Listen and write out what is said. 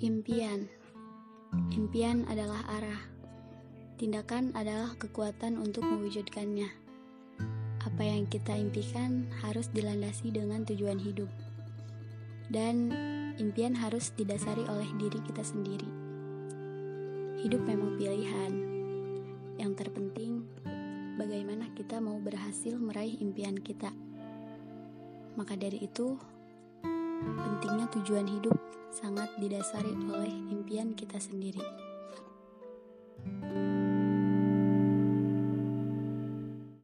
Impian. Impian adalah arah. Tindakan adalah kekuatan untuk mewujudkannya. Apa yang kita impikan harus dilandasi dengan tujuan hidup. Dan impian harus didasari oleh diri kita sendiri. Hidup memang pilihan. Yang terpenting, bagaimana kita mau berhasil meraih impian kita. Maka dari itu, pentingnya tujuan hidup sangat didasari oleh impian kita sendiri.